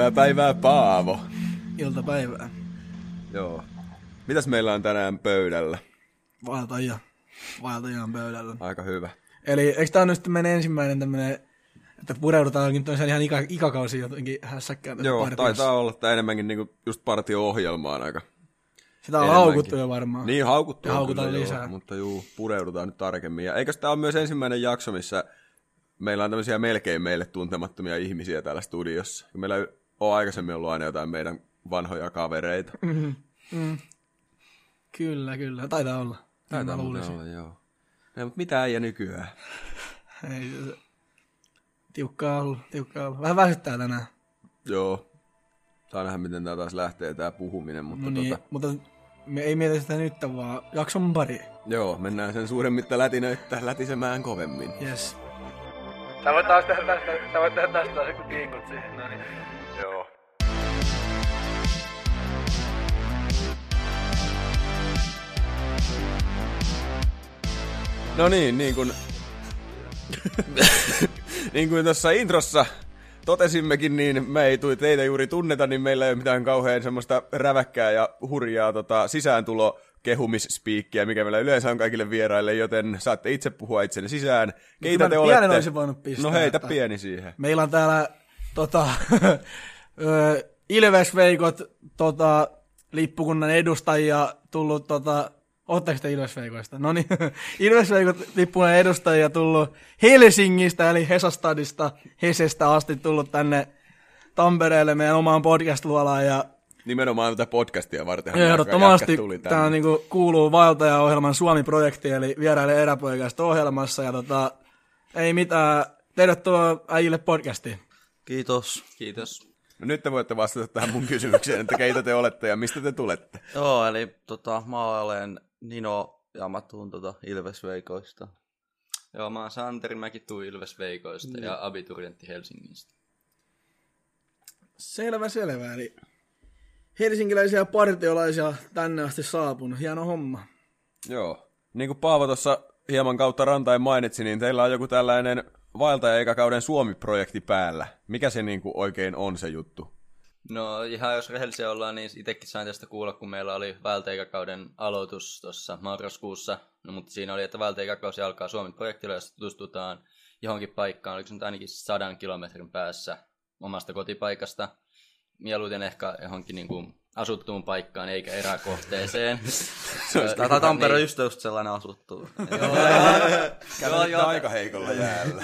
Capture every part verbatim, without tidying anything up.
Hyvää päivää, Paavo. Iltapäivää. Joo. Mitäs meillä on tänään pöydällä? Vaeltaja. Vaeltajan pöydällä. Aika hyvä. Eli eikö tää nyt sitten meidän ensimmäinen tämmönen, että pureudutaan jokin toiseen ihan ika, ikäkausiin jotenkin hässäkkään. Joo, partiossa. taitaa olla tää enemmänkin niinku just partio-ohjelmaan aika. Sitä on haukuttu jo varmaan. Niin, haukuttu ja on haukutaan kyllä, lisää. Joo, mutta juu, pureudutaan nyt tarkemmin. Ja eikös tää ole myös ensimmäinen jakso, missä meillä on tämmöisiä melkein meille tuntemattomia ihmisiä täällä studiossa. Meillä on aikaisemmin ollut aina jotain meidän vanhoja kavereita. Mm-hmm. Mm. Kyllä, kyllä. Taitaa olla. Taitaa olla, joo. Ei, mutta mitä äijä nykyään? Ei, tiukkaa ollut, tiukkaa ollut. Vähän väsyttää tänään. Joo. Saa nähdä, miten tää taas lähtee tää puhuminen. Mutta, no niin, tota... mutta me ei mietitä sitä nyt, vaan jakson pari. Joo, mennään sen suuremmitta lätinöittää lätisemään kovemmin. Yes. Sä voit taas tehdä tästä, sä voit tehdä tästä taas joku kiinkut siihen. No niin. Joo. No niin, niin kuin, niin kuin tuossa introssa totesimmekin, niin me ei tuli teitä juuri tunneta, niin meillä ei ole mitään kauhean semmoista räväkkää ja hurjaa tota, sisääntulo kehumisspiikkiä, mikä meillä yleensä on kaikille vieraille, joten saatte itse puhua itsenne sisään. Keitä te olette? Olisi voinut pistää, no heitä pieni siihen. Meillä on täällä tota, Ilvesveikot tota, lippukunnan edustajia tullut... Tota, ootteko te Ilvesveikoista? No niin, Ilvesveikot lippukunnan edustajia tullut Helsingistä, eli Hesastadista, Hesestä asti tullut tänne Tampereelle meidän omaan podcast-luolaan. Ja nimenomaan tätä podcastia varten. Ehdottomasti tämä niinku kuuluu Vaeltaja-ohjelman Suomi-projektiin, eli vieraille eräpoikasta ohjelmassa. Ja tota, ei mitään, tervetuloa äijille podcastiin. Kiitos. Kiitos. No nyt te voitte vastata tähän mun kysymykseen, että keitä te olette ja mistä te tulette. Joo, eli tota, mä olen Nino ja mä tuun tota Ilvesveikoista. Joo, mä oon Santeri, mäkin tuun Ilvesveikoista mm. ja abiturientti Helsingistä. Selvä, selvä. Eli helsinkiläisiä partiolaisia tänne asti saapunut. Hieno homma. Joo. Niin kuin Paavo tuossa hieman kautta rantain mainitsi, niin teillä on joku tällainen Vaeltaja-eikäkauden Suomi-projekti päällä. Mikä se niin kuin oikein on se juttu? No ihan jos rehellisiä ollaan, niin itsekin sain tästä kuulla, kun meillä oli Vaeltaja-eikäkauden aloitus tuossa marraskuussa. No, mutta siinä oli, että Vaeltaja-eikäkausi alkaa Suomi-projektilla, jossa tutustutaan johonkin paikkaan. Oliko se nyt ainakin sadan kilometrin päässä omasta kotipaikasta. Mieluiten ehkä johonkin niin kuin asuttuun paikkaan, eikä eräkohteeseen. Tämä Tampere on just just sellainen asuttu. Käydään aika heikolla jäällä.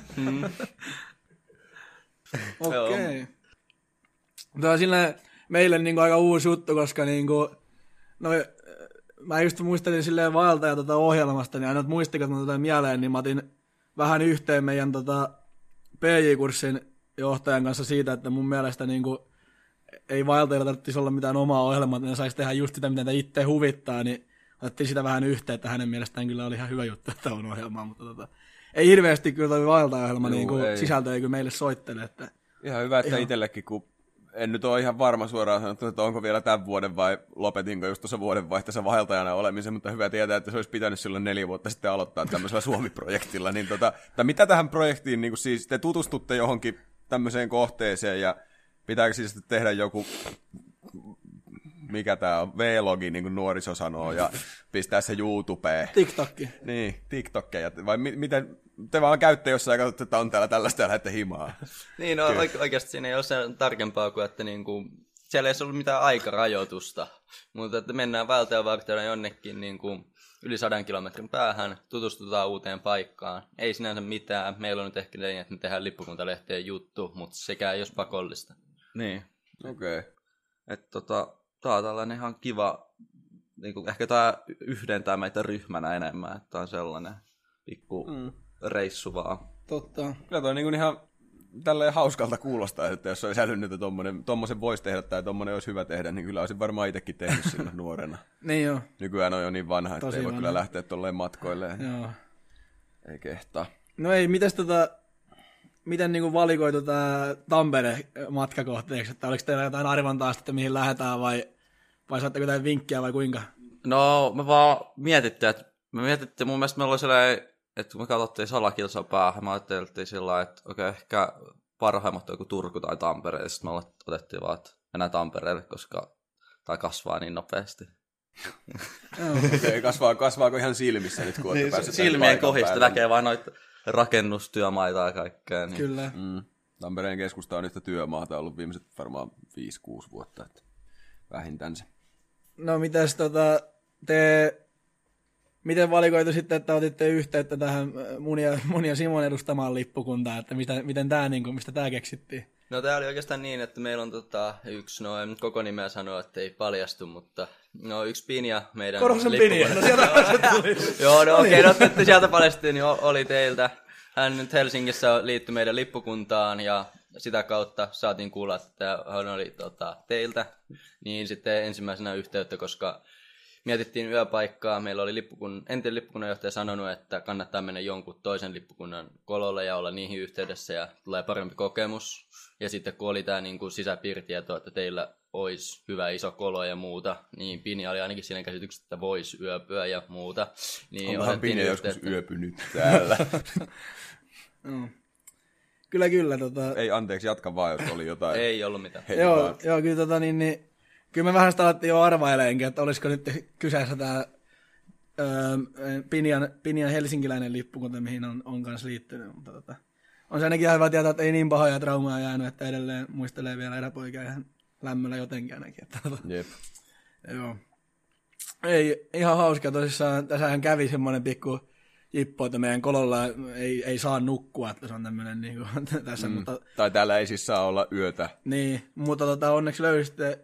Okei. Tämä on silleen meille niinku aika uusi juttu, koska niinku, no, mä just muistelin silleen Vaeltaja tota ohjelmasta, niin aina muistikat mä tota mieleen, niin mä otin vähän yhteen meidän tota P J-kurssin johtajan kanssa siitä, että mun mielestä niinku ei Vaeltajilla tarvitsisi olla mitään omaa ohjelmaa, että ne saisi tehdä just sitä, mitä ne itse huvittaa, niin otettiin sitä vähän yhteen, että hänen mielestään kyllä oli ihan hyvä juttu, että on ohjelmaa, mutta tota, ei hirveästi kyllä toi Vaeltaja-ohjelma niin sisältö ei kyllä meille soittele. Että ihan hyvä, että ihan itsellekin, kun en nyt ole ihan varma suoraan sanottu, että onko vielä tämän vuoden vai lopetinko just tuossa vuodenvaihteessa vaeltajana olemisen, mutta hyvä tietää, että se olisi pitänyt silloin neljä vuotta sitten aloittaa tämmöisellä Suomi-projektilla. Niin tota, tai mitä tähän projektiin, niin siis te tutustutte johonkin tämmöiseen kohteeseen ja pitääkö siis tehdä joku, mikä tää on, V-logi, niin kuin nuoriso sanoo, ja pistää se YouTubeen. TikTokki. Niin, TikTokkeja. Vai mi- miten te vaan käytte jossain ja katsotte, että on täällä tällaista ja lähdette himaa? Niin, no oike- oikeasti siinä ei ole sen tarkempaa kuin, että niinku, siellä ei ollut mitään aikarajoitusta, mutta että mennään Vaeltaja-vartijana jonnekin niinku yli sadan kilometrin päähän, tutustutaan uuteen paikkaan. Ei sinänsä mitään. Meillä on nyt ehkä niin, että me tehdään lippukuntalehteen juttu, mutta sekään ei ole pakollista. Niin. Okei. Okay. Että tota, tää on tällainen ihan kiva, niinku, ehkä tää yhdentää meitä ryhmänä enemmän, että tää on sellainen pikku mm. reissu vaan. Totta. Kyllä toi niin ihan tälleen hauskalta kuulostaa, että jos olisi älynyt, että tommosen voisi tehdä tai tommonen olisi hyvä tehdä, niin kyllä olisin varmaan itsekin tehnyt silloin nuorena. Niin joo. Nykyään on jo niin vanha, että ei voi vanha. Kyllä lähteä tolleen matkoille. Joo. Ei kehtaa. No ei, mites tota, miten niinku valikoitu tää Tampere matkakohteeksi, että oliko teillä jotain arvontaa sitten, mihin lähdetään vai, vai saatteko jotain vinkkiä vai kuinka? No me vaan mietittiin, että me mietittiin, mun mielestä meillä oli sellainen, että kun me katsottiin salakilsan päähän, me ajatteltiin sillä lailla, että okei, okay, ehkä parhaimmat joku Turku tai Tampere, ja sitten me otettiin vaan, että mennään Tampereelle, koska tämä kasvaa niin nopeasti. Okei, kasvaa, kasvaako ihan silmissä nyt, kun olette Niin, päässeet silmien kohdista näkee vaan noita rakennustyömaita ja kaikkea. Niin. Kyllä. Mm. Tampereen keskusta on yhtä työmaata ollut viimeiset varmaan viisi kuusi vuotta, että vähintään se. No mitäs tota, te, miten valikoitu sitten, että otitte yhteyttä tähän mun ja, mun ja Simon edustamaan lippukuntaan, että mistä, miten tää, niin kuin, mistä tää keksittiin? No tää oli oikeastaan niin, että meillä on tota, yksi, no en koko nimeä sanoa, että ei paljastu, mutta no yksi Pinja meidän Korhosen Pinja, no sieltä se tuli. Joo, no okei, okay, no että sieltä paljastui, niin oli teiltä. Hän nyt Helsingissä liittyi meidän lippukuntaan ja sitä kautta saatiin kuulla, että hän oli tota, teiltä. Niin sitten ensimmäisenä yhteyttä, koska mietittiin yöpaikkaa. Meillä oli lippukun, entinen lippukunnanjohtaja sanonut, että kannattaa mennä jonkun toisen lippukunnan kololle ja olla niihin yhteydessä ja tulee parempi kokemus. Ja sitten kun oli tämä niin kuin sisäpiiritieto, että teillä olisi hyvä iso kolo ja muuta, niin Pini oli ainakin siinä käsityksessä, että voisi yöpyä ja muuta. Niin onkohan Pini joskus yöpynyt täällä? No. Kyllä, kyllä. Tota... Ei, anteeksi, jatka vaan, jos oli jotain. Ei ollut mitään. Hei, joo, joo, kyllä, tota, niin, niin, kyllä me vähän sitä alettiin jo arvaileenkin, että olisiko nyt kyseessä tämä öö, Pinian, Pinian helsinkiläinen lippukunta, mihin on, on kanssa liittynyt. Mutta, tota, on se ainakin ihan hyvä tietää, että ei niin pahoja traumaa jäänyt, että edelleen muistelee vielä eräpoikia ihan lämmöllä jotenkin ainakin. Että, tota, Jep. Joo. Ei, ihan hauska tosissaan. Tässähän kävi semmoinen pikku jippo, että meidän kololla ei, ei saa nukkua, että se on tämmöinen niin kuin, tässä. Mm. Mutta, tai täällä ei siis saa olla yötä. Niin, mutta tota, onneksi löysitte,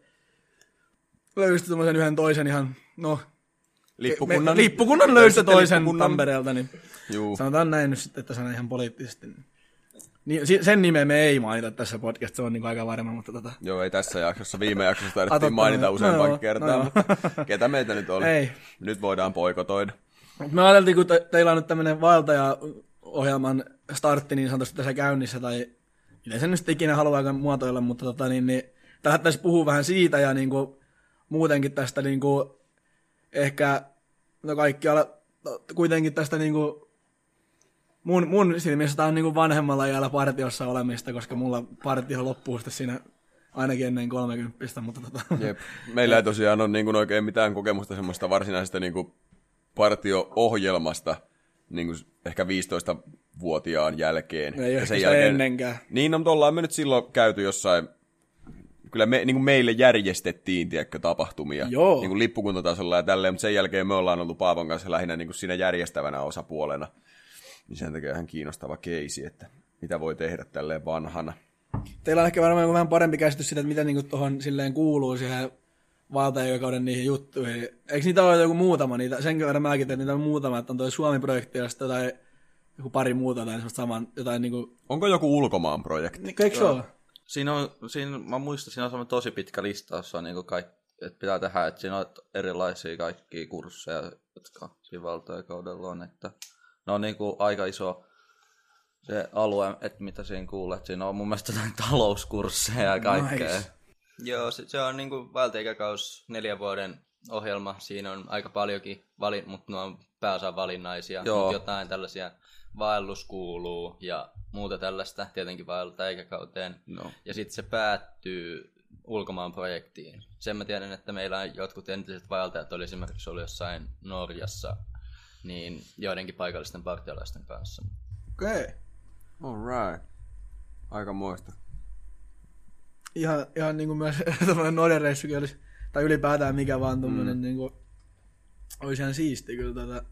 löysitte tommosen yhden toisen ihan, no, Lippukunnan, me, lippukunnan löysitte toisen lippukunnan... Tampereelta, niin Juu. sanotaan näin nyt sitten, että sanon ihan poliittisesti. Niin, sen nimeä me ei mainita tässä podcastissa, se on niin aika varma, mutta tota... Joo, ei tässä jaksossa. Viime jaksossa taidettiin mainita useampaan no kertaan, no mutta ketä meitä nyt oli? Ei. Nyt voidaan poikotoida. Me ajateltiin, kun te, teillä on nyt tämmöinen vaeltaja-ohjelman startti niin sanotusti tässä käynnissä, tai miten sen nyt ikinä haluaa muotoilla, mutta tota, niin, niin, lähdettäisiin puhua vähän siitä ja niin kuin, muutenkin tästä niin kuin, ehkä no kaikkialla kuitenkin tästä niin kuin, mun, mun silmissä tämä on niin kuin vanhemmalla iällä partiossa olemista, koska mulla partio loppuu sitten siinä ainakin ennen kolmekymppistä, mutta tota... Jep. Meillä ei tosiaan ole niin kuin oikein mitään kokemusta semmoista varsinaisesta niin kuin partio-ohjelmasta niin kuin ehkä viisitoistavuotiaan jälkeen. Ei ja sen jälkeen... ennenkään. Niin, no, mutta ollaan me nyt silloin käyty jossain, kyllä me, niin kuin meille järjestettiin, tiedätkö, tapahtumia Joo. niin kuin lippukuntatasolla ja tälleen, mutta sen jälkeen me ollaan ollut Paavon kanssa lähinnä niin kuin siinä järjestävänä osapuolena. Niin sen takia ihan kiinnostava keisi, että mitä voi tehdä tälleen vanhana. Teillä on ehkä varmaan vähän parempi käsitys siitä, että mitä niin tuohon silleen kuuluu siihen valtajakakauden niihin juttuihin. Eikö niitä ole joku muutama? Niitä, sen verran mäkin tein niitä on muutama, että on toi Suomi-projekti ja sitten jotain, joku pari muuta tai saman, jotain niin kuin... Onko joku ulkomaan projekti? Eikö se ole? Siinä on, siinä, mä muistan, siinä on semmoinen tosi pitkä lista, jossa on niin kaikki, että pitää tehdä, että siinä on erilaisia kaikkia kursseja, jotka siinä valtajakaudella on, että ne on niin kuin aika iso se alue, että mitä siinä kuulee, että siinä on mun mielestä jotain talouskursseja ja kaikkea. Nice. Joo, se, se on niinku valteikäkaus neljän vuoden ohjelma. Siinä on aika paljonkin, vali, mutta ne on pääosa valinnaisia. Mutta jotain tällaisia vaellus kuuluu ja muuta tällaista tietenkin valteikäkauteen. No. Ja sitten se päättyy ulkomaan projektiin. Sen mä tiedän, että meillä on jotkut entiset vaeltajat oli esimerkiksi ollut jossain Norjassa niin joidenkin paikallisten partiolaisten kanssa. Okei. Okay. Alright. Aika muista. Ihan, ihan niin kuin myös tämmöinen Norjan-reissukin olisi, tai ylipäätään mikä vaan tuommoinen, mm. niin kuin, olisi ihan siisti kyllä tätä.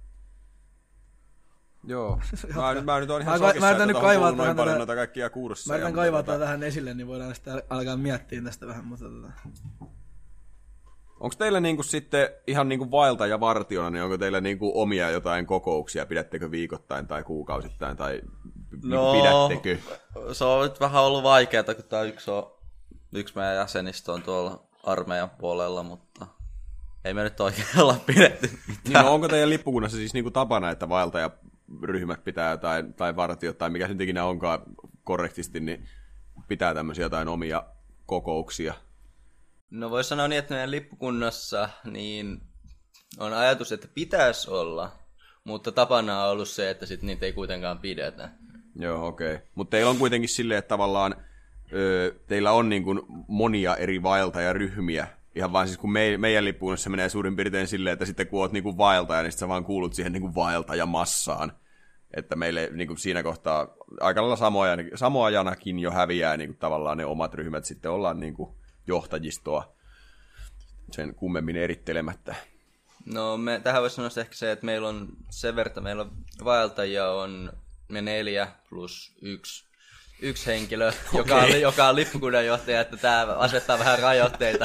Joo. Mä, mä nyt on ihan mä, sokissa, mä että nyt tuohon kuuluu noin paljon tätä, noita kaikkia kursseja. Mä yritän kaivaa tätä tähän esille, niin voidaan sitten alkaa miettiä tästä vähän. Mutta tota. Onko teillä niinku sitten ihan niinku vaeltaja vartiona, niin onko teillä niinku omia jotain kokouksia? Pidättekö viikoittain tai kuukausittain tai no, pidättekö? Se on nyt vähän ollut vaikeaa, kun tämä yksi, on, yksi meidän jäsenistä on tuolla armeijan puolella, mutta ei me nyt oikein olla pidetty mitään. Niin, no, onko teidän lippukunnassa siis niinku tapana, että vaeltajaryhmät pitää tai, tai vartiot tai mikä sen ikinä onkaan korrektisti, niin pitää tämmöisiä jotain omia kokouksia? No voisi sanoa niin, että meidän lippukunnassa niin on ajatus, että pitäisi olla, mutta tapana on ollut se, että sit niitä ei kuitenkaan pidetä. Joo, okei. Okay. Mutta teillä on kuitenkin silleen, että tavallaan öö, teillä on niin kuin monia eri vaeltajaryhmiä. Ihan vaan siis kun me, meidän lippuunnossa se menee suurin piirtein silleen, että sitten kun oot niin kuin vaeltaja, niin sitten sä vaan kuulut siihen niin kuin vaeltajamassaan. Että meille niin kuin siinä kohtaa aika lailla samoja, samoajanakin jo häviää niin kuin tavallaan ne omat ryhmät. Sitten ollaan niin kuin johtajistoa sen kummemmin erittelemättä. No me, tähän voisi sanoa ehkä se, että meillä on sen verran, meillä on vaeltajia on me neljä plus yksi, yksi henkilö, okay. joka, on, joka on lippukunnan johtaja, että tämä asettaa vähän rajoitteita.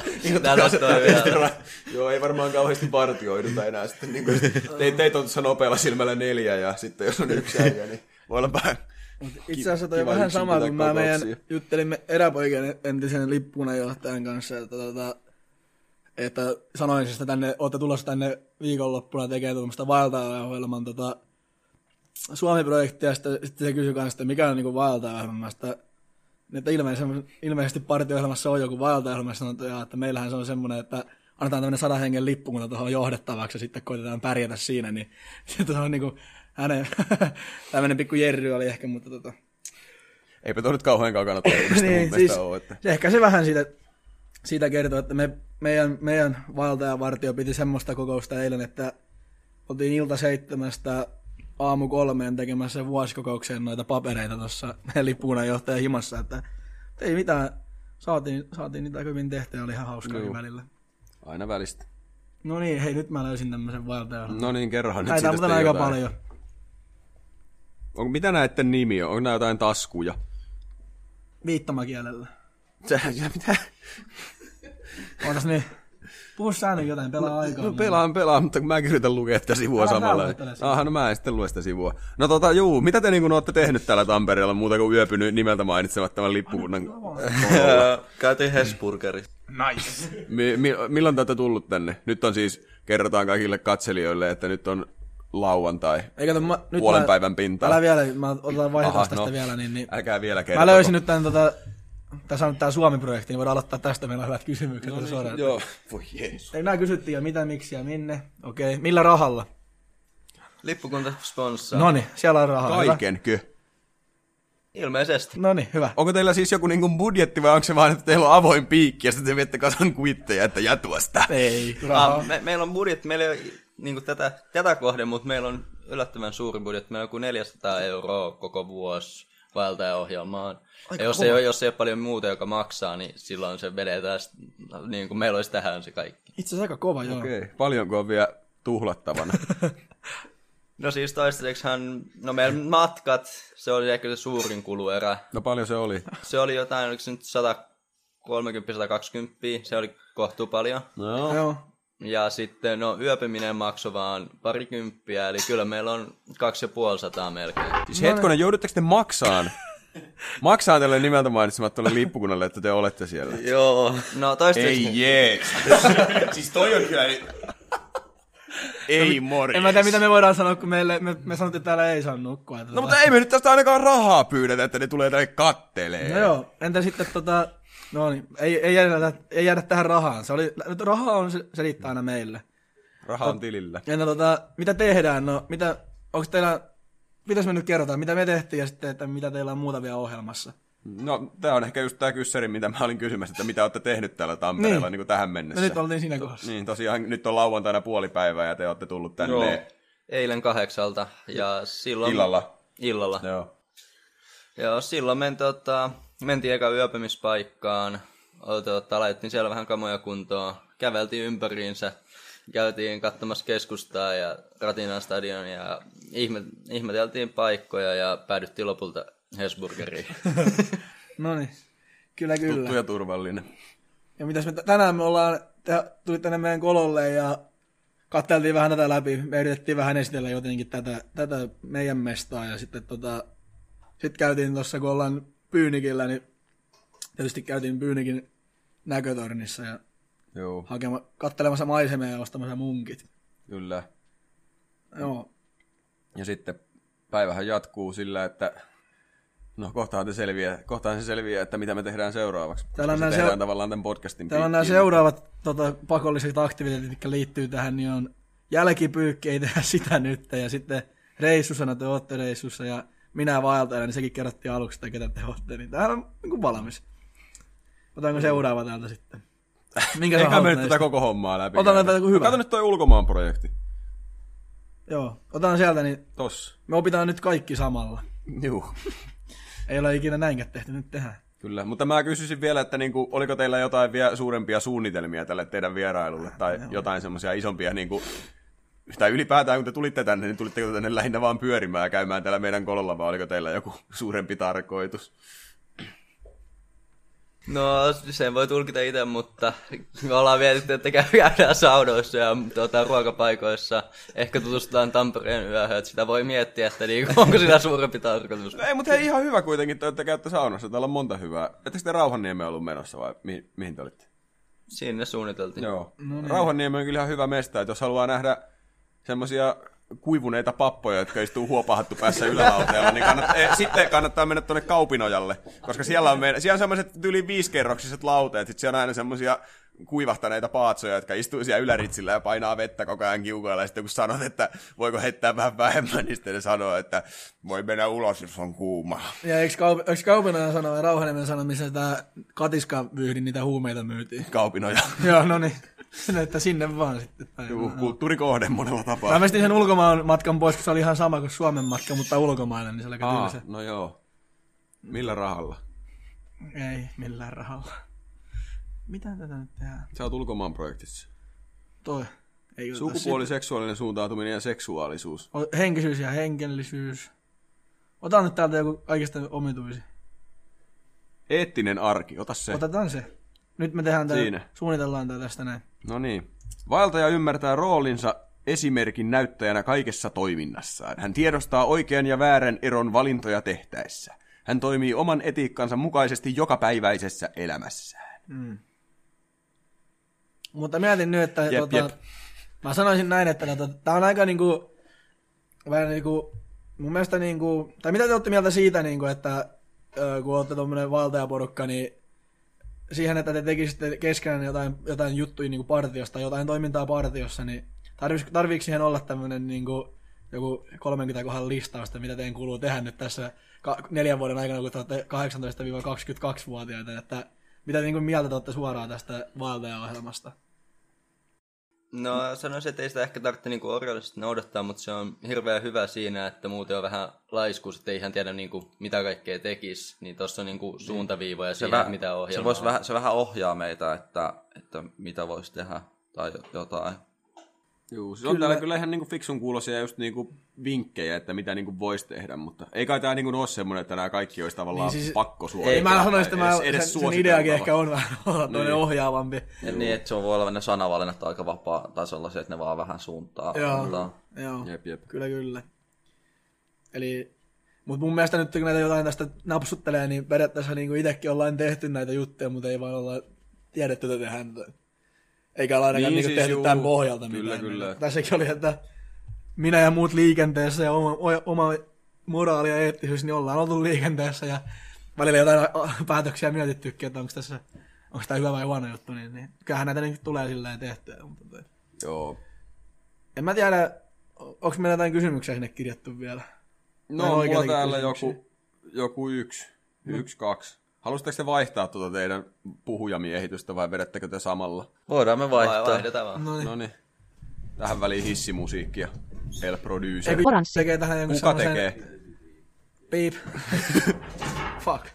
Joo, ei varmaan kauheasti partioiduta enää sitten. Niin kuin, te, teitä on tuossa nopealla silmällä neljä ja sitten jos on yksi äijä, niin voi olla vähän. Itse asiassa toi vähän sama, kun mä meidän juttelimme eräpoikien entisen lippukunnan johtajan kanssa, että tota, että sanoin, että tänne, olette tulossa tänne viikonloppuna tekemään tuommoista vaeltajaohjelman tota, Suomi-projektia, ja sitten, sitten se kysyi kanssa, että mikä on niin vaeltajaohjelmasta. Että ilmeisesti, ilmeisesti partio-ohjelmassa on joku vaeltajaohjelma, sanotaan, että meillähän se on semmoinen, että annetaan tämmöinen sadan hengen lippukunta tuohon johdettavaksi, ja sitten koitetaan pärjätä siinä, niin sitten on niin kuin hänen, tämmöinen pikku Jerry oli ehkä, mutta tota. Eipä tuo nyt kauhean kaukana toivudesta niin, mun mielestä siis, ole. Että. Ehkä se vähän siitä, siitä kertoo, että me, meidän, meidän vaeltajavartio piti semmoista kokousta eilen, että oltiin ilta seitsemästä aamu kolmeen tekemässä vuosikokoukseen noita papereita tuossa lippukunnan johtajan himassa, että ei mitään, saatiin, saatiin niitä hyvin tehtyä, oli ihan hauskaa no, välillä. Aina välistä. No niin, hei nyt mä löysin tämmöisen vaeltajan. No niin, kerrohan nyt siitä sitten aika jotain. paljon. Onko, mitä näiden nimi on? Onko nämä jotain taskuja? Viittomakielellä. Sä, mitä? Ootas niin. Puhu sä nyt jotain, pelaa aikaa. No pelaan, pelaan, mutta mäkin yritän lukea sitä sivua Älä samalla. Aha, no mä en sitten lue sitä sivua. No tota, juu, mitä te niin olette tehnyt täällä Tampereella muuta kuin yöpynyt nimeltä mainitsemattoman lippukunnan? Käytiin Hesburgerissa. Nice. Mi- mi- milloin te olette tullut tänne? Nyt on siis, kerrotaan kaikille katselijoille, että nyt on lauantai. Eikä to, mä, nyt puolen mä, päivän pintaan. Älä vielä, mä otetaan vaihtaa Aha, tästä no, vielä. Niin, niin. Älkää vielä kertoko. Mä löysin nyt tämän, tota, tässä on tämä Suomi-projekti, niin voidaan aloittaa tästä, meillä on hyvät kysymykset. No niin, joo, voi jeesus. Ei, nämä kysyttiin jo, mitä, miksi ja minne. Okei, okay. Millä rahalla? Lippukunta sponssaa. Noniin, siellä on rahaa. Kaikenkö? Ilmeisesti. Noniin, hyvä. Onko teillä siis joku niinku budjetti vai onko se vaan, että teillä on avoin piikki ja sitten te viette kasan kuitteja, että jää tuosta? Ei, rahaa. Ah, me, meillä on budjetti, meillä ei ole niin tätä, tätä kohden, mutta meillä on yllättävän suuri budjetti. Meillä on joku neljäsataa euroa koko vuosi vaeltajaohjelmaan. Ja jos ei, ole, jos ei ole paljon muuta, joka maksaa, niin silloin se vedetään, niin kuin meillä olisi tähän se kaikki. Itse asiassa aika kova, joo. Okei, okay. Paljonko on vielä tuhlattavana? No siis toistaiseksihan, no meidän matkat, se oli ehkä se suurin kuluerä. No paljon se oli? Se oli jotain, oliko se nyt sata kolmekymmentä sata kaksikymmentä, se oli kohtuu paljon. No. Joo. Ja sitten no yöpyminen maksoi vaan parikymppiä, eli kyllä meillä on kaksi ja puoli sataa melkein. Siis hetkonen, joudutteko te maksaan? Maksaa teille nimeltä mainitsemattomalle lippukunnalle, että te olette siellä? Joo. No toistaiseksi... Ei jees. Siis toi on kyllä... Ei morjes. En mä tiedä, mitä me voidaan sanoa, kun meille, me, me sanottiin, että täällä ei saa nukkua. No mutta ei me nyt tästä ainakaan rahaa pyydetä, että ne tulee tänne kattelee. No joo, entä sitten tota... No niin, ei, ei, jäädä, ei jäädä tähän rahaan. Se oli, nyt raha on selittää aina meille. Raha on tilillä. Entä tota, mitä tehdään? No, mitä, onko teillä... Pitäis me nyt kerrotaan, mitä me tehtiin ja sitten, että mitä teillä on muuta vielä ohjelmassa? No, tää on ehkä just tää kyssäri, mitä mä olin kysymässä, että mitä olette tehnyt täällä Tampereella niin. Niin tähän mennessä. No nyt oltiin siinä kohdassa. Niin, tosiaan nyt on lauantaina puolipäivää ja te olette tullut tänne. Joo. Eilen kahdeksalta ja silloin... Illalla. Illalla. Joo. Joo, silloin men, tota, mentiin eka yöpymispaikkaan, tota, laitettiin siellä vähän kamoja kuntoon, käveltiin ympäriinsä, käytiin katsomassa keskustaa ja Ratinan stadion ja ihme, ihmeteltiin paikkoja ja päädyttiin lopulta Hesburgeriin. No niin, kyllä kyllä. Tuttu ja turvallinen. Ja mitäs me t- tänään me ollaan, te tulit tänne meidän kololle ja katseltiin vähän tätä läpi, me yritettiin vähän esitellä jotenkin tätä, tätä meidän mestaa ja sitten tota, sit käytiin tuossa kun ollaan Pyynikillä, niin tietysti käytiin Pyynikin näkötornissa ja Joo. Hakema, kattelemassa maisemia ja ostamassa munkit. Kyllä. Joo. Ja sitten päivähän jatkuu sillä, että no kohtahan, te selviää, kohtahan se selviää, että mitä me tehdään seuraavaksi. Täällä on se tehdään seu- tavallaan tämän podcastin Täällä on nämä seuraavat tota, pakolliset aktiviteetit, mitkä liittyy tähän, niin on jälkipyykki, ei tehdä sitä nyt. Ja sitten reissusana te ootte reissussa ja minä vaeltajana, niin sekin kerrottiin aluksi, että ketä te olette, niin tämähän on niin kuin valmis. Otanko seuraava täältä sitten? Minkä Eikä me nyt tätä koko hommaa läpi. Otan tätä hyvä. Kato nyt toi ulkomaan projekti. Joo, otan sieltä, niin Tossa. me opitaan nyt kaikki samalla. Juu. Ei ole ikinä näinkään tehty, nyt tehdään. Kyllä, mutta mä kysyisin vielä, että niinku, oliko teillä jotain vielä suurempia suunnitelmia tälle teidän vierailulle, tai Joo. jotain semmoisia isompia, niinku, tai ylipäätään kun te tulitte tänne, niin tulitteko tänne lähinnä vaan pyörimään ja käymään täällä meidän kololla, vai oliko teillä joku suurempi tarkoitus? No, sen voi tulkita itse, mutta me ollaan mietitty, että käydään saunoissa ja tuota, ruokapaikoissa. Ehkä tutustutaan Tampereen yöhön, että sitä voi miettiä, että niinku, onko siinä suurempi tarkoitus. Ei, mutta hei, ihan hyvä kuitenkin, että käytte saunassa. Täällä on monta hyvää. Ettekö te Rauhanniemeen ollut menossa vai mihin, mihin te olitte? Sinne suunniteltiin. Joo. No niin. Rauhanniemi on kyllä ihan hyvä mesta, että jos haluaa nähdä semmoisia kuivuneita pappoja, jotka istuu huopahattu päässä ylälauteella, niin kannattaa, eh, sitten kannattaa mennä tuonne Kaupinojalle, koska siellä on, meidän, siellä on semmoiset yli viisikerroksiset lauteet, sitten siellä on aina semmoisia kuivahtaneita paatsoja, jotka istuu siellä yläritsillä ja painaa vettä koko ajan kiukoilla, ja sitten kun sanot, että voiko heittää vähän vähemmän, niin sitten ne sanoo, että voi mennä ulos, jos on kuuma. Ja eikö, kaup- eikö Kaupinoja sanoa ja Rauhaniemen sanoa, missä tämä katiskavyyhdin niitä huumeita myytiin? Kaupinoja. Joo, no niin. Että sinne vaan sitten. Juu, kulttuurikohde monella tapaa. Mä mestin sen ulkomaan matkan pois, kun se oli ihan sama kuin Suomen matka, mutta ulkomaille, niin se oli aika tylsä. No joo. Millä rahalla? Ei, millään rahalla. Mitä tätä nyt tehdään? Sä oot ulkomaan projektissa. Toi. Ei, Sukupuoli, seksuaalinen suuntautuminen ja seksuaalisuus. Henkisyys ja henkellisyys. Ota nyt täältä joku kaikista omituisi. Eettinen arki, ota se. Otetaan se. Nyt me tehdään tää, Siinä. suunnitellaan tää tästä näin. No niin. Vaeltaja ymmärtää roolinsa esimerkin näyttäjänä kaikessa toiminnassaan. Hän tiedostaa oikean ja väärän eron valintoja tehtäessä. Hän toimii oman etiikkansa mukaisesti jokapäiväisessä elämässään. Mm. Mutta mietin nyt, että jep, tota, jep. mä sanoisin näin, että tota, tää on aika niinku, vähän niinku, mun mielestä niinku, tai mitä te olette mieltä siitä, niinku, että ö, kun olette tommonen vaeltajaporukka, niin siihen, että te tekisitte keskenään jotain, jotain juttuja niinku partiosta, jotain toimintaa partiossa, niin tarviiko, tarviiko siihen olla tämmönen niinku, joku kolmekymmentä kohdan listausta, mitä teidän kuuluu tehdä nyt tässä ka- neljän vuoden aikana, kun te olette kahdeksantoista kaksikymmentäkaksi-vuotiaita, että mitä niinku mieltä te olette suoraan tästä vaeltajaohjelmasta? No sanoisin, että ei sitä ehkä tarvitse niinku orjallisesti noudattaa, mutta se on hirveän hyvä siinä, että muuten on vähän laiskuus, että ei ihan tiedä niinku, mitä kaikkea tekisi. Niin tuossa on niinku suuntaviivoja se siihen, väh, mitä ohjelmaa se, vois vähän, se vähän ohjaa meitä, että, että mitä voisi tehdä tai jotain. Joo, se on täällä kyllä ihan niinku fiksun kuuloisia just niinku vinkkejä, että mitä niinku voisi tehdä, mutta ei kai tää niinku ole semmoinen, että nämä kaikki olisi tavallaan niin siis, pakko suorittaa. Ei, mä sanoisin, että mä, edes sen, sen ideakin ehkä on vähän olla niin. ohjaavampi. Ja niin, että se voi olla ne sanavalinnat aika vapaa tai sellaisia, että ne vaan vähän suuntaa. Joo, joo. Jep, jep. Kyllä, kyllä. Eli, mutta mun mielestä nyt kun näitä jotain tästä napsuttelee, niin periaatteessa niin itsekin ollaan tehty näitä juttuja, mutta ei vaan olla tiedetty, että tehdään. Eikä olla ainakaan niin, niin siis tehty juu, tämän pohjalta kyllä, mitään. Kyllä. Tässäkin oli, että minä ja muut liikenteessä ja oma, oma moraali ja eettisyys, niin ollaan oltu liikenteessä ja välillä jotain päätöksiä mietittykin, että onko tässä onko tämä hyvä vai huono juttu, niin, niin kyllähän näitä niin tulee silleen tehtyä. Mutta joo. En mä tiedä, onko meillä jotain kysymyksiä sinne kirjattu vielä? No, mulla täällä joku, joku yksi, no. yksi, kaksi. Haluaisitteko te vaihtaa tuota teidän puhujamiehitystä vai vedättekö te samalla? Voidaan me vaihtaa. Vai vaihdetaan vaan. Noniin. Noniin. Tähän väliin hissimusiikkia. El Producer. Ei, tekee tähän jonkun Kuka tekee? Beep. Fuck.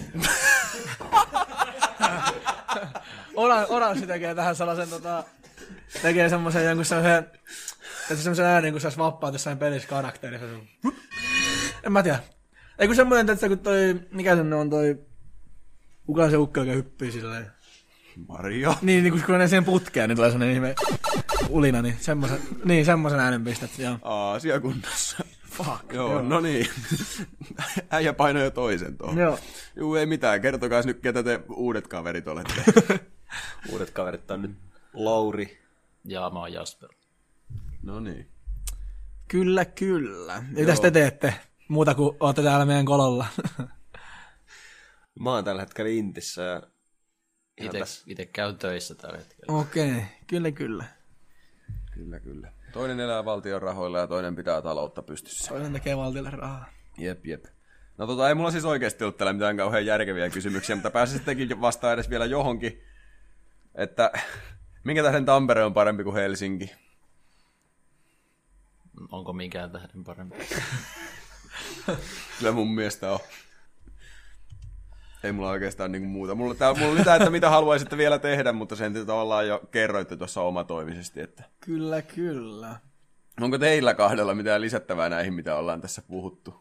Oran, Oranssi tekee tähän sellaisen, tota, tekee semmoisen jonkun semmoisen, että semmoisen äänen, kun saisi vapaat jossain pelissä karakterissa. En mä tiedä. Ei kun semmoinen, että kun toi, mikä sen on toi, kuka se ukko, joka hyppii silleen. Mario. Niin, niin kun ne siihen putkeen, niin tulee semmoinen ihme ulina, niin semmoisen, niin semmoisen äänen pistät, joo. Aasiakunnassa. Fuck. Joo, joo. No niin. Äijä painoi jo toisen tuohon. Joo. Juu, ei mitään. Kertokaa nyt, ketä te uudet kaverit olette. Uudet kaverit on nyt Lauri. Ja mä oon Jasper. No niin. Kyllä, kyllä. Mitäs te teette? Muuta kuin ootte täällä meidän kololla. Mä oon tällä hetkellä Intissä ja Ite, tässä... ite käyn töissä tällä hetkellä. Okei, okay. kyllä, kyllä. Kyllä, kyllä. Toinen elää valtion rahoilla ja toinen pitää taloutta pystyssä. Toinen tekee valtiolle rahaa. Jep, jep. No tota, ei mulla siis oikeasti ollut täällä mitään kauhean järkeviä kysymyksiä, mutta pääsin sittenkin vastaan edes vielä johonkin, että minkä tähden Tampere on parempi kuin Helsinki? Onko mikään tähden parempi? Kyllä mun mielestä on. Ei mulla oikeastaan niinku muuta. Mulla, tää, mulla oli tää, että mitä haluaisitte vielä tehdä, mutta sen te tavallaan jo kerroitte tuossa omatoimisesti. Että... Kyllä, kyllä. Onko teillä kahdella mitään lisättävää näihin, mitä ollaan tässä puhuttu?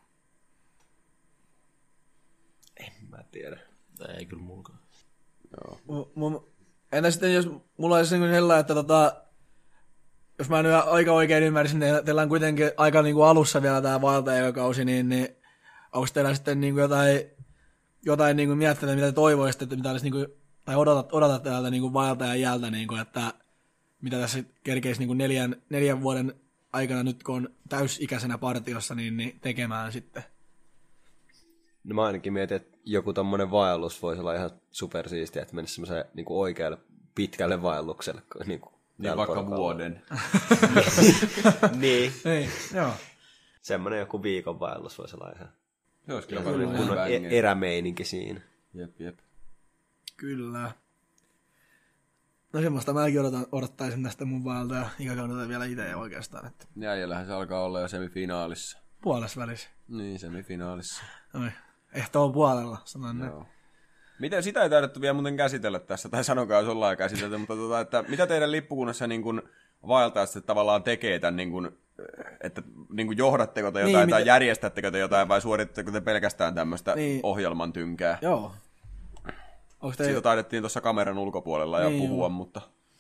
En mä tiedä. Ei kyllä mulkaan. Joo. M- m- entä sitten, jos mulla olisi niin sellainen, että tota, jos mä nyt aika oikein ymmärsin, niin teillä on kuitenkin aika niin kuin alussa vielä tämä vaeltajakausi, niin, niin onko teillä sitten niin kuin jotain, jotain niin kuin miettinyt, mitä te toivoisitte, että mitä olisi, niin kuin, tai odotat, odotat täältä niin kuin vaeltajan jäältä, niin kuin, että mitä tässä kerkeisi niin kuin neljän, neljän vuoden aikana nyt, kun on täysikäisenä partiossa, niin, niin tekemään sitten? No mä ainakin mietin, että joku tommonen vaellus voisi olla ihan supersiistiä, että menisi semmoiseen niin kuin oikealle pitkälle vaellukselle. Niin, kuin niin vaikka porukalla. Vuoden. Niin. Ei, joo. Semmoinen joku viikon vaellus voisi olla ihan se olisi kyllä kunnon e- erämeininki siinä. Jep, jep. Kyllä. No semmoista mäkin odotan, odottaisin tästä mun vaeltaja ikäkaudelta vielä itse oikeastaan. Että... Jäijellähän se alkaa olla jo semifinaalissa. Puolessa välissä. Niin, semifinaalissa. Oi, ehto on puolella, sanon ne. Miten sitä ei taidettu vielä muuten käsitellä tässä, tai sanokaa, jos ollaan käsitelty, mutta tota, että mitä teidän lippukunnassa niin kuin vaeltajat sitten tavallaan tekee tämän, niin kuin, että niin kuin johdatteko te jotain, niin, tai mitä... järjestättekö te jotain, vai suorittatteko te pelkästään tämmöistä niin. ohjelman tynkää? Joo. Te... Siitä taidettiin tuossa kameran ulkopuolella niin, jo puhua, joo. Mutta...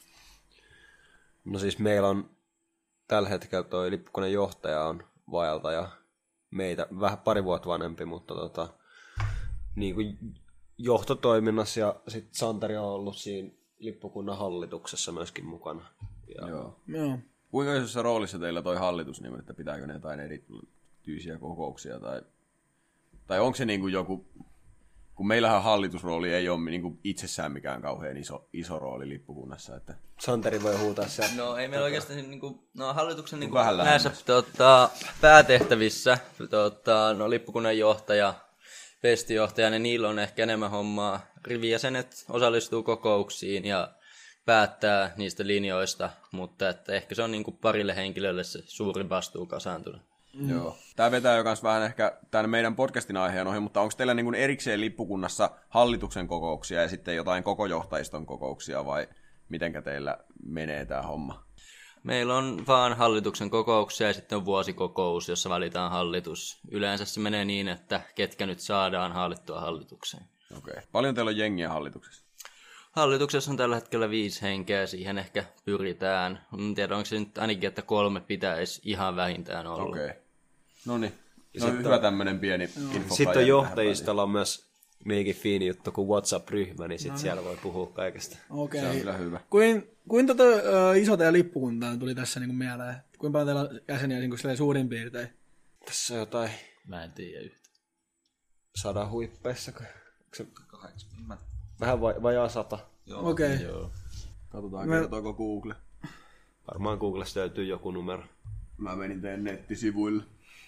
No siis meillä on tällä hetkellä toi lippukunnan johtaja on vaeltaja, meitä vähän pari vuotta vanhempi, mutta tota, niin kuin johtotoiminnassa ja sitten Santeri on ollut siinä lippukunnan hallituksessa myöskin mukana. Ja... Joo. Joo. Kuinka isossa roolissa teillä toi hallitus, niin, että pitääkö ne jotain erityisiä kokouksia, tai, tai onko se niin kuin joku, kun meillähän hallitusrooli ei ole niin kuin itsessään mikään kauhean iso, iso rooli lippukunnassa. Että... Santeri voi huutaa sieltä. No ei meillä oikeastaan niin kuin, no, hallituksen niin kuin, näissä tota, päätehtävissä, tota, no, lippukunnan johtaja, festijohtaja, niin niillä on ehkä enemmän hommaa. Rivijäsenet osallistuu kokouksiin ja päättää niistä linjoista, mutta että ehkä se on niin kuin parille henkilölle se suurin vastuu kasaantunut. Mm. Joo. Tämä vetää jo myös vähän ehkä tämän meidän podcastin aiheen ohi, mutta onko teillä niin kuin erikseen lippukunnassa hallituksen kokouksia ja sitten jotain koko johtajiston kokouksia vai mitenkä teillä menee tämä homma? Meillä on vaan hallituksen kokouksia ja sitten on vuosikokous, jossa valitaan hallitus. Yleensä se menee niin, että ketkä nyt saadaan hallittua hallitukseen. Okei. Paljon teillä on jengiä hallituksessa? Hallituksessa on tällä hetkellä viisi henkeä, siihen ehkä pyritään. En tiedä, onko se nyt ainakin, että kolme pitäisi ihan vähintään olla. Okei. No niin. No hyvä tämmöinen pieni info. Sitten on johtajistolla on myös meikin fiini juttu kuin WhatsApp-ryhmä, niin sitten no, siellä voi puhua kaikesta. Okei. Se on kyllä hyvä. Kuin, kuin tota, uh, iso teidän lippukunta tuli tässä niin kuin mieleen? Kuinka paljon teillä on jäseniä niin kuin suurin piirtein? Tässä on jotain... Mä en tiedä yhtä. Sadan huippeissa. Se... Vähän vai, vajaa sata. Okei. Okay. Katsotaan, Me... kertooko Google. Varmaan Googlesta löytyy joku numero. Mä menin teidän nettisivuille.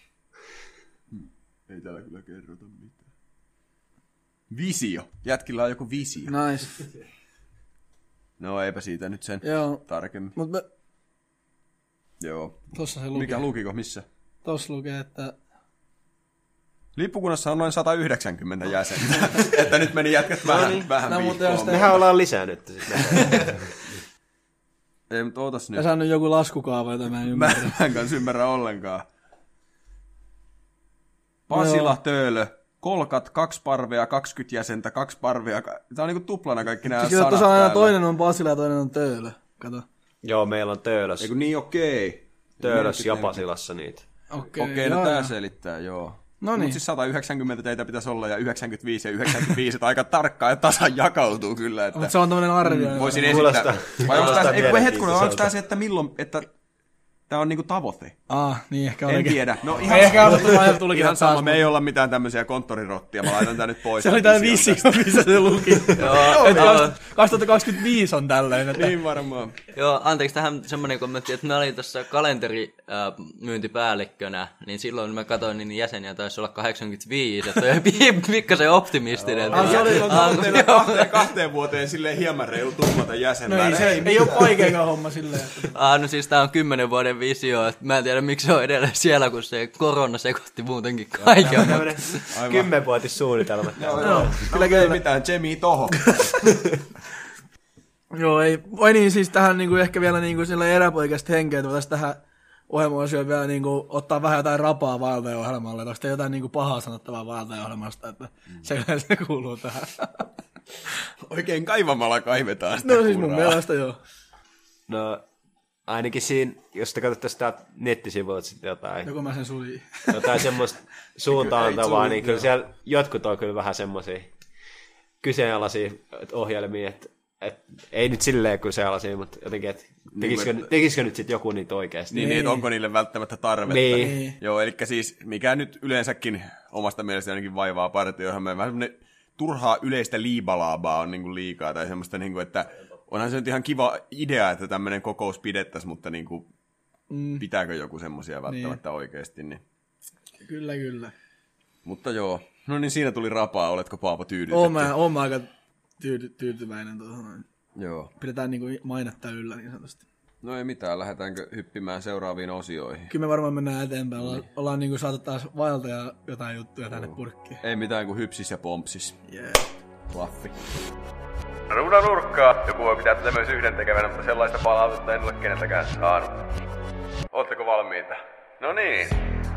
Ei täällä kyllä kerrota mitään. Visio. Jätkillä on joku visio. Nice. No eipä siitä nyt sen Joo. tarkemmin. Mut me... Joo. Tossa se lukee. Mikä lukiko? Missä? Tossa lukee, että... Lippukunnassa on noin sata yhdeksänkymmentä jäsentä. Että nyt meni jätkät vähän, no niin. vähän no, viikkoon. Mehän ollaan lisää nyt. Ei, mutta ootas nyt. Mä saan nyt joku laskukaava, jota mä en ymmärrä. Mä en kanssa ymmärrä ollenkaan. Pasila, no Töölö, Kolkat, kaksi parvea, kaksikymmentä jäsentä, kaksi parvea. Tää on niinku tuplana kaikki nää siis sanat täällä. Toinen on Pasila ja toinen on Töölö. Kato. Joo, meillä on Töölös. Eiku niin okei. Okay. Töölös ja Pasilassa niitä. Okei, okay, okay, no tää selittää, joo. No niin. Mutta siis sata yhdeksänkymmentä teitä pitäisi olla ja yhdeksänkymmentäviisi ja yhdeksänkymmentäviisi, että aika tarkkaan ja tasan jakautuu kyllä. Että... Mutta se on tämmöinen arvio. Mm, voisin esittää. Vai onko tämä, ei, hetkinen, onko tämä se, että milloin, että Tää on niinku tavoite. Ah, niin ehkä En olikin. tiedä. No Ihan, ehkä ajatus tulikin ihan sama, taas, me ei olla mitään tämmöisiä konttorirottia. Mä laitan tää nyt pois. se oli tää visio, missä se luki. Joo, Et joo. kaksituhattakaksikymmentäviisi on tälleen. Että... Niin varmaan. Joo, anteeksi tähän semmoinen kommentti, että mä olin tuossa kalenterimyyntipäällikkönä, niin silloin mä katsoin, niin jäseniä taisi olla kahdeksankymmentäviisi, että on pikkasen optimistinen. Ah, se oli- Silloin tavoitteena kahteen, kahteen vuoteen silleen hieman reilu tummata jäsenmäärä. No ei, se ei, ei ole vaikeakaan homma silleen. Että... Ah, no siis tää on kymmenen vuoden visio, että mä en tiedä miksi se on edelleen siellä, kun se korona sekoitti muutenkin kaiken. Tämmönen kymmenvuotissuunnitelma. Joo, Kyllä ei mitään, Jamie toho. Joo, ei. Voi niin, siis tähän niinku ehkä vielä niinku sillä eräpoikasta henkeä, että voitaisiin tähän ohjelma-osioon vielä niinku ottaa vähän jotain rapaa vaeltajaohjelmalle, että onko te jotain niinku pahaa sanottavaa vaeltajaohjelmasta, että se, se kuuluu tähän. Oikein kaivamalla kaivetaan sitä No siis mun kuraa. mielestä joo. No ainakin siinä, jos te katsotte sitä nettisivuilta sitten jotain, Joko mä sen suljin. jotain semmoista suuntaantavaa, niin kyllä siellä jotkut on kyllä vähän semmoisia kyseenalaisia ohjelmia, että et, ei nyt silleen kyseenalaisia, mutta jotenkin, että tekisikö, Niin, tekisikö nyt sitten joku niitä oikeasti. Niin, niin, että onko niille välttämättä tarvetta. Niin. Niin. Joo, eli siis mikä nyt yleensäkin omasta mielestäni ainakin vaivaa partioihin, vähän semmoinen turhaa yleistä liibalaabaa on niinku liikaa, tai semmoista, niinku, että onhan se nyt ihan kiva idea, että tämmöinen kokous pidettäisiin, mutta niinku, Mm, pitääkö joku semmoisia välttämättä niin. oikeasti. Niin. kyllä, kyllä. Mutta joo, no niin siinä tuli rapaa, oletko Paavo tyydytetty? Oon mä, oon mä aika tyyty, tyytyväinen tuohon. Joo. Pidetään niinku mainetta yllä niin sanotusti. No ei mitään, lähdetäänkö hyppimään seuraaviin osioihin? Kyllä me varmaan mennään eteenpäin. Ollaan, niin. ollaan niinku saatu taas vaelta ja jotain juttuja tänne purkkiin. Ei mitään kuin hypsis ja pompsis. Yeah. Laffi. Ruuna nurkkaa. Joku voi pitää tätä myös yhden tekevänä, mutta sellaista palautetta en ole keneltäkään saanut. Ootteko valmiita? No niin.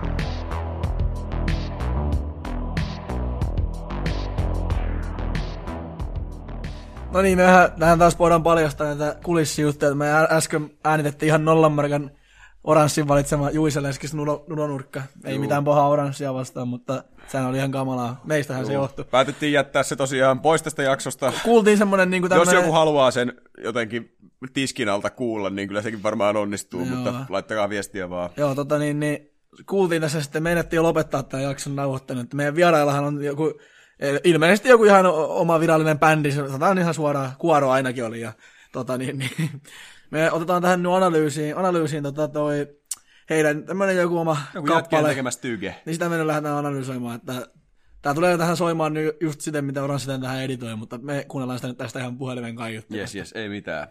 No niin, mehän, mehän taas voidaan paljastaa näitä kulissijuttuja. Me ä- äsken äänitettiin ihan nollan markan oranssin valitsema Juise Leskis nudonurkka. Ei Juu. mitään pahaa oranssia vastaan, mutta sehän oli ihan kamalaa. Meistähän se johtui. Päätettiin jättää se tosiaan pois tästä jaksosta. Kuultiin semmonen niinku tämmönen... Jos joku haluaa sen jotenkin tiskin alta kuulla, niin kyllä sekin varmaan onnistuu, Joo. mutta laittakaa viestiä vaan. Joo, tota niin, niin kuultiin tässä sitten, meinattiin jo lopettaa tämän jakson nauhoittanut, että meidän vieraillahan on joku, ilmeisesti joku ihan o- oma virallinen bändi, sanotaan ihan suoraan, Kuoro ainakin oli, ja tota niin, niin me otetaan tähän nyt analyysiin, analyysiin tota toi heidän tämmönen joku oma Joku jätkien kappale, tekemä styge. niin sitä me nyt lähdetään analysoimaan, että tää tulee tähän soimaan nyt just siten, mitä Oranssi sitten tähän editoi, mutta me kuunnellaan sitä nyt tästä ihan puhelimen kaiuttimesta. Jes, jes, ei mitään.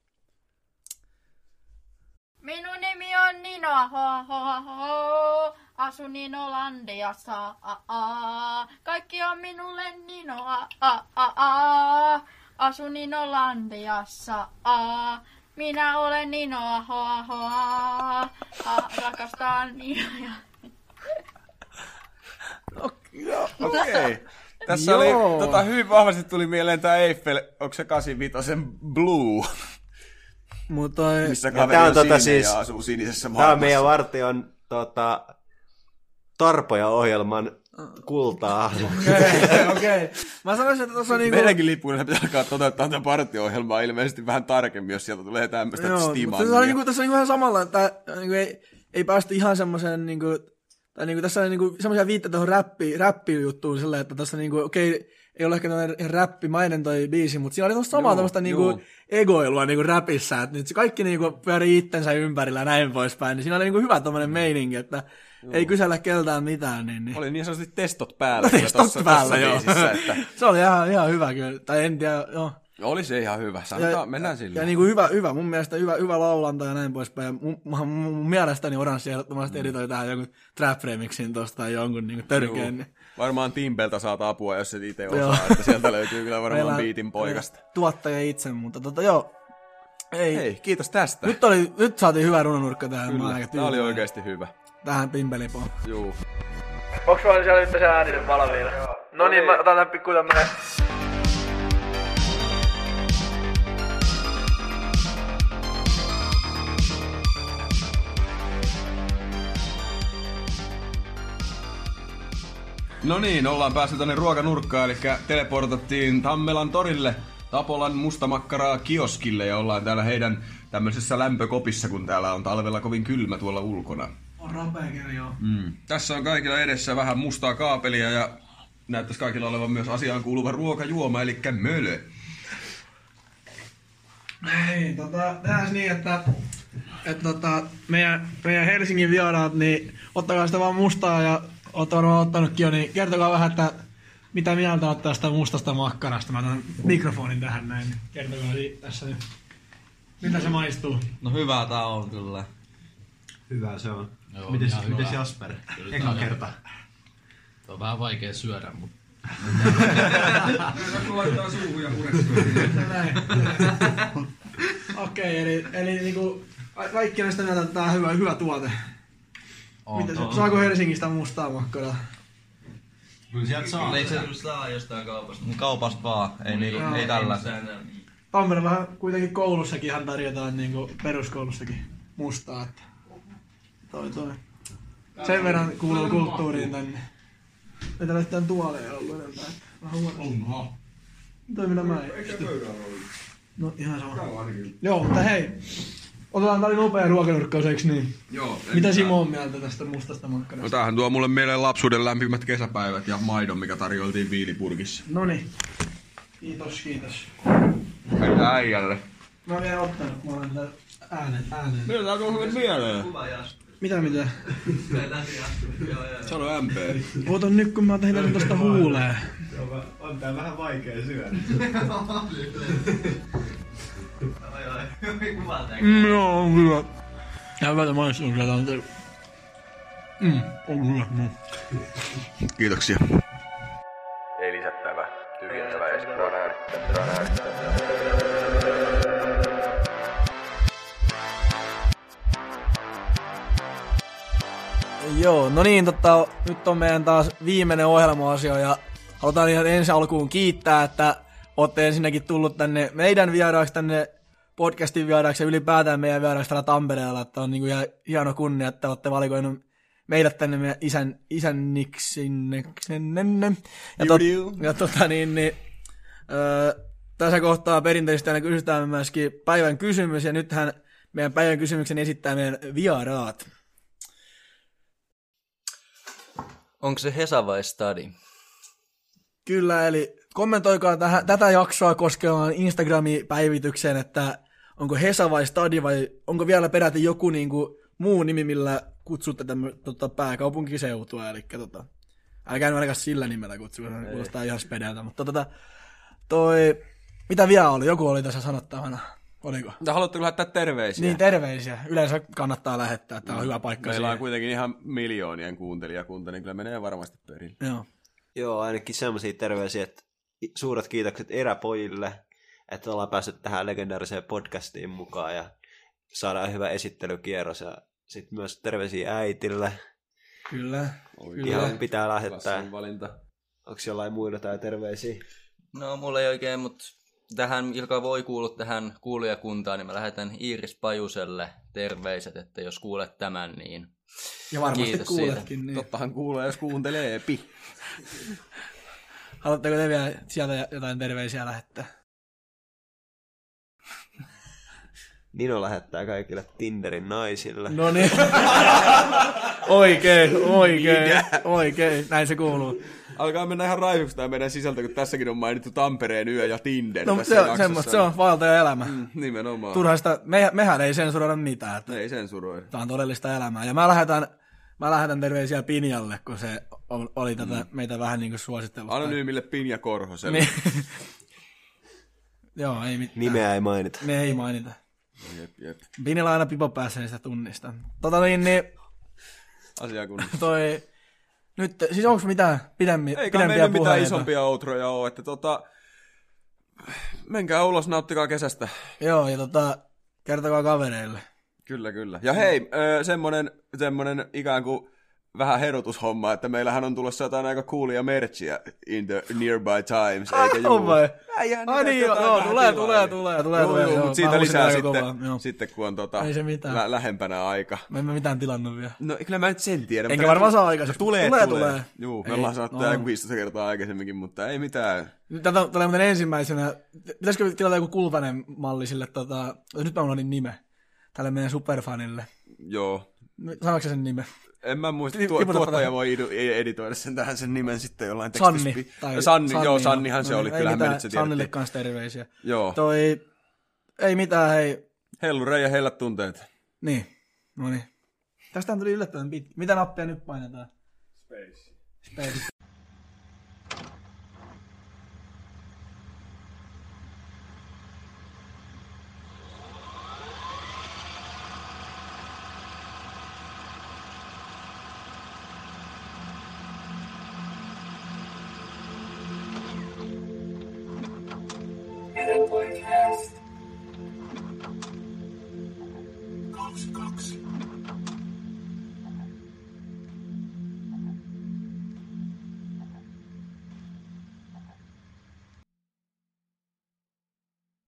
Minun nimi on Nino, ho, ho, ho. Asun Ninolandiassa, a, a. Kaikki on minulle Nino, a, a, a, a. Asun Ninolandiassa, a. Minä olen Nino, ho, ho, a. Rakastan Ninoja. Okei. Okay. Tässä Joo. oli, tota, hyvin vahvasti tuli mieleen tää Eiffel, onko se kahdeksankymmentäviisi Blue, Mutta toi... missä Ja kaveri tää on, on tota siinä siis- ja asuu sinisessä Tämä on maailmassa. meidän Vartion tota, Tarpoja-ohjelman kultaa. Okei, okei. Mä sanoisin, että tuossa on niinku... Meidänkin lippuunsa pitää alkaa toteuttaa tätä partio-ohjelmaa ilmeisesti vähän tarkemmin, jos sieltä tulee tämmöistä Joo, mutta stimangia. tässä on, niinku, tässä on niinku vähän samalla, että niinku ei, ei päästy ihan semmoiseen, niinku, tai niinku, tässä on niinku, semmoisia viitteitä tuohon räppi, räppi-juttuun silleen, että tässä niinku, okei, ei ole ehkä tämmöinen räppimainen toi biisi, mutta siinä oli tuossa samaa Joo, tämmöistä niinku, joo. egoilua niinku räpissä, että nyt se kaikki niinku pyörii itsensä ympärillä ja näin poispäin, niin siinä oli niinku hyvä tommonen meininki, että ei kysellä keltään mitään, niin, niin. Oli niin sanotusti testot päällä. No, kyllä testot tossa- päällä, tossa joo. biisissä, että Se oli ihan, ihan hyvä kyllä, tai en tiedä, joo. oli se ihan hyvä. Sanotaan, mennään sillä. Ja niinku hyvä, hyvä, mun mielestä hyvä, hyvä laulanta ja näin poispäin. Ja mun, mun, mun mielestäni Oranssi ehdottomasti editoi tähän jonkun trap remixin tosta tai jonkun niinku törkeen. Niin. Varmaan Timpeltä saat apua, jos et itse Joo. osaa, että sieltä löytyy kyllä varmaan Meillä- biitin poikasta. Tuottaja itse, mutta tota joo. Ei. Hei, kiitos tästä. Nyt, oli, nyt saatiin hyvä runonurkka tähän. Mä oon Kyllä, aika tää oli tyytyväinen. oikeasti hyvä. Tähän pimpelipoon. Juu. Onks sulla siellä nyt se äänitys valmiina? No niin, mä otan tän pikku tämmönen... No niin, ollaan päässyt tänne ruokanurkkaan, eli teleportattiin Tammelan torille Tapolan mustamakkaraa kioskille ja ollaan täällä heidän tämmöisessä lämpökopissa, kun täällä on talvella kovin kylmä tuolla ulkona. On rapeakeli, joo. Mm. Tässä on kaikilla edessä vähän mustaa kaapelia ja näyttäisi kaikilla olevan myös asiaan kuuluva ruokajuoma, eli mölö. Ei, tota, tehdään niin, että, että tota, meidän, meidän Helsingin vieraat, niin ottakaa sitä vaan mustaa ja olette varmaan ottanutkin jo, niin kertokaa vähän, että mitä mieltä olette tästä mustasta makkarasta. Mä otan mikrofonin tähän näin, niin kertokaa tässä nyt. Miltä se maistuu? No hyvää tää on kyllä. Hyvä se on. Joo, mites, ihan mites hyvä. Jasper? Kyllä Eka tää on- kerta. On vähän vaikea syödä, mutta laittaa suuhun ja pureksuu. Näin. Okei, eli, eli niinku, ka- kaikki on sitä mieltä, että tää on hyvä, hyvä tuote. on, Mitä se, on. saako Helsingistä mustaa makkaraa? Kyllä sieltä saa. Ei se saa jostain kaupasta. kaupasta vaan, ei, niinku, Joo. ei tällä. Tampereellahan kuitenkin koulussakin ihan tarjotaan niinku peruskoulussakin mustaa, että toi toi. Sen verran kuuluu kulttuuriin tänne. Ei täällä yhtään tuoleja ollut enempää. että Vähän huono. Onha. Toi millä mä istun. No ihan sama. Joo, mutta hei. Otetaan tää oli nopea ruokanurkkaus, eiks niin? Joo. Mitä Simo on mieltä tästä mustasta makkarasta? No tämähän tuo mulle mieleen lapsuuden lämpimät kesäpäivät ja maidon, mikä tarjoltiin viilipurkissa. Noniin. Kiitos, kiitos. Hei äijälle. Mä oon vielä ottanut, mä olen täällä äänen, ääneen. Mitä tää on sulle mieleen? Mitä mitä? Sano M P. Ootan nyt kun mä otan heitän tosta huuleen. On, on tää vähän vaikea syödä. Mm, joo, on hyvä. Ja hyvältä maistuu kyllä tää on te... Mm, on hyvä. Mm. Kiitoksia. Ei lisättävä, tyhjentävä ja sitten on äänittävä. Joo, no niin, totta, nyt on meidän taas viimeinen ohjelma-asio ja halutaan ihan ensi alkuun kiittää, että olette ensinnäkin tullut tänne meidän vieraaksi, tänne podcastin vieraaksi ja ylipäätään meidän vieraaksi täällä Tampereella, että on niinku ihan hieno kunnia, että olette valikoinut meidät tänne meidän isän, isänniksinne. Ja, tot, ja tota niin, niin öö, tässä kohtaa perinteisesti aina kysytään myöskin päivän kysymys ja nythän meidän päivän kysymyksen esittää meidän vieraat. Onko se Hesa vai Stadi? Kyllä, eli kommentoikaa tähän, tätä jaksoa koskevaan Instagrami-päivitykseen, että onko Hesa vai Stadi vai onko vielä peräti joku niinku muu nimi, millä kutsutte tämmö, tota, pääkaupunkiseutua, eli tota, älkää nyt ainakaan sillä nimellä kutsua, se kuulostaa ihan spedeltä, mutta tota, toi, mitä vielä oli? Joku oli tässä sanottavana, oliko? Haluatteko lähettää terveisiä? Niin, terveisiä. Yleensä kannattaa lähettää, että on hyvä paikka Meillä on siihen. kuitenkin ihan miljoonien kuuntelijakunta, niin kyllä menee varmasti perille. Joo. Joo, ainakin semmoisia terveisiä, että suuret kiitokset eräpojille, että ollaan päässyt tähän legendaariseen podcastiin mukaan ja saadaan hyvä esittelykierros ja sitten myös terveisiä äitille. Kyllä. Kyllä. Ihan pitää lähettää. Klassin valinta. Onko jollain muilla tai terveisiä? No mulla ei oikein, mutta tähän, joka voi kuulua tähän kuulijakuntaan, niin mä lähetän Iiris Pajuselle terveiset, että jos kuulet tämän, niin Ja varmasti kiitos kuuletkin. Niin. Tottahan kuulee, jos kuuntelee epi. Haluatteko te vielä sieltä jotain terveisiä lähettää? Nino lähettää kaikille Tinderin naisille. No niin. Oikein, oikein, oikein. Näin se kuuluu. Alkaa mennä ihan raihuksi tämä meidän sisältö, kun tässäkin on mainittu Tampereen yö ja Tinder. No, tässä se, jaksossa. semmoista, se on vaeltaja elämä. Mm, nimenomaan. Turha sitä, me, mehän ei sensuroida mitään. Että Ei sensuroida. tämä on todellista elämää. Ja mä lähetän, mä lähetän terveisiä Pinjalle, kun se oli tätä mm. meitä vähän niin kuin suositellut. Anonyymille Pinja Korhoselle. Niin. Joo, ei mitään. Nimeä ei mainita. Me ei mainita. Jep, jep. Pinjalla aina pipo päässä, niin sitä tunnistaa. Tota niin, niin Asia kun... toi... Nyt, siis onko mitään pidemmi, Eikä pidempiä meillä mitään puheita? isompia outroja ole, että tota... Menkää ulos, nauttikaa kesästä. Joo, ja tota, kertokaa kavereille. Kyllä, kyllä. Ja hei, öö, semmonen, semmonen ikään kuin vähän herotushomma, että meillähän on tulossa jotain aika coolia merchia in the nearby times, eikä juu. On vai? Äijähän Ai niitä niin, joo, jotain joo, vähän tulee, tilaa, tulee, niin. tulee, tulee, Joo, tulee. joo, joo. mutta siitä Mä lisää huusin sitten, aika kovaa, joo. sitten, kun on tota, Ei se mitään. lä- lähempänä aika. Mä en mä mitään tilannut vielä. No kyllä mä nyt sen tiedän. Enkä mutta- varmaan saa aikaiseksi. Tulee, Tulee, tulee. tulee. Juu, me Ei, ollaan sanottu no. joku viisitoista kertaa aikaisemminkin, mutta ei mitään. Nyt Tätä tulee muuten ensimmäisenä. Pitäisikö tilata joku kultainen malli sille, tota... Nyt mä unohdin nime. tälle meidän superfanille. Joo. Sanoitko sen nimen? En mä muista, tuo, tuottaja voi editoida sen tähän sen nimen sitten jollain Sanni. tekstispi. Tai Sanni, Sanni, joo, Sannihan no, se oli, ei kyllähän me mitään, nyt se tiedettiin. Sannille kanssa terveisiä. Joo. Toi, ei mitään, hei. Hellure ja heillät tunteet. Niin, no niin. Tästähän tuli yllättävän pitkä. Mitä nappia nyt painetaan? Space. Space.